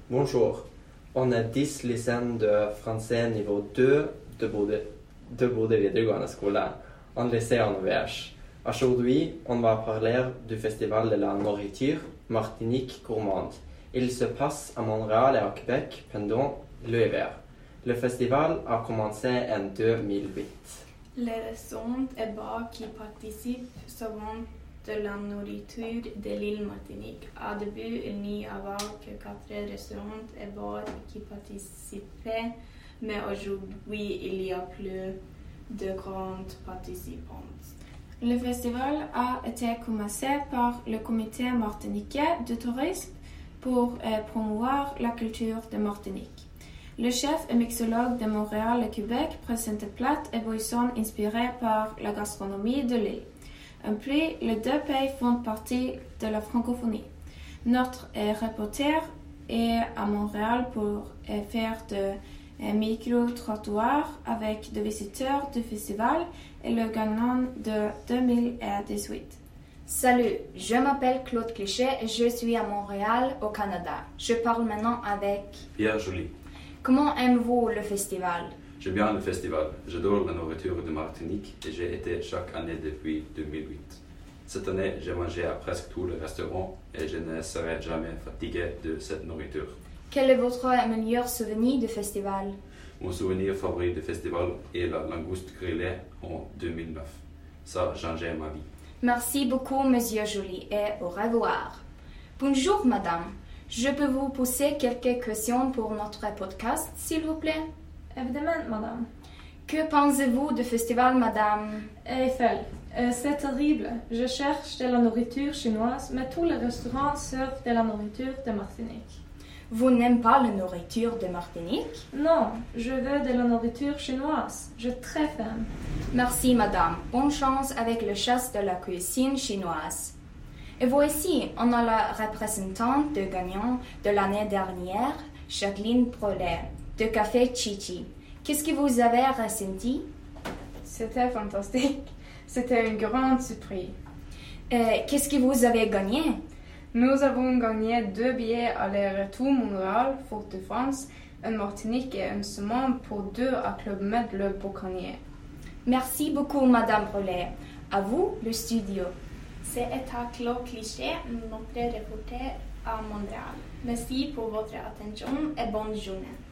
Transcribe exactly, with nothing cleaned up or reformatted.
Bonjour, on a dix lycéens de français niveau deux de Bodø, de Bodø videregående skole, en lycée en Auvergne. Aujourd'hui, on va parler du festival de la nourriture Martinique Gourmande. Il se passe à Montréal et à Québec pendant l'hiver. Le festival a commencé en deux mille huit. Les restaurants et bars qui participent souvent de la nourriture de l'île Martinique. Au début, il n'y avait que quatre restaurants et bars qui participaient, mais aujourd'hui, il y a plus de grandes participantes. Le festival a été commencé par le comité martiniquais de tourisme pour euh, promouvoir la culture de Martinique. Le chef et mixologue de Montréal et Québec présente plats et boissons inspirés par la gastronomie de l'île. En plus, les deux pays font partie de la francophonie. Notre euh, reporter est à Montréal pour euh, faire de euh, micro-trottoirs avec des visiteurs du festival et le gagnant de deux mille dix-huit. Salut, je m'appelle Claude Cliché et je suis à Montréal, au Canada. Je parle maintenant avec Pierre Joly. Comment aimez-vous le festival? J'aime bien le festival. J'adore la nourriture de Martinique et j'ai été chaque année depuis deux mille huit. Cette année, j'ai mangé à presque tous les restaurants et je ne serai jamais fatigué de cette nourriture. Quel est votre meilleur souvenir du festival? Mon souvenir favori du festival est la langouste grillée en deux mille neuf. Ça a changé ma vie. Merci beaucoup, Monsieur Joly, et au revoir. Bonjour, madame. Je peux vous poser quelques questions pour notre podcast, s'il vous plaît? Évidemment, madame. Que pensez-vous du festival, madame? Eiffel, euh, c'est terrible. Je cherche de la nourriture chinoise, mais tous les restaurants servent de la nourriture de Martinique. Vous n'aimez pas la nourriture de Martinique? Non, je veux de la nourriture chinoise. J'ai très faim. Merci, madame. Bonne chance avec le chasse de la cuisine chinoise. Et voici, on a la représentante de gagnant de l'année dernière, Jacqueline Prolet, de Café Chichi. Qu'est-ce que vous avez ressenti? C'était fantastique. C'était une grande surprise. Euh, qu'est-ce que vous avez gagné? Nous avons gagné deux billets aller-retour Montréal, Fort-de-France, en Martinique et une semaine pour deux à Club Med le Boucanier. Merci beaucoup, madame Prolet. À vous, le studio. C'est Claude Cliché, notre reporter à Montréal. Merci pour votre attention et bonne journée.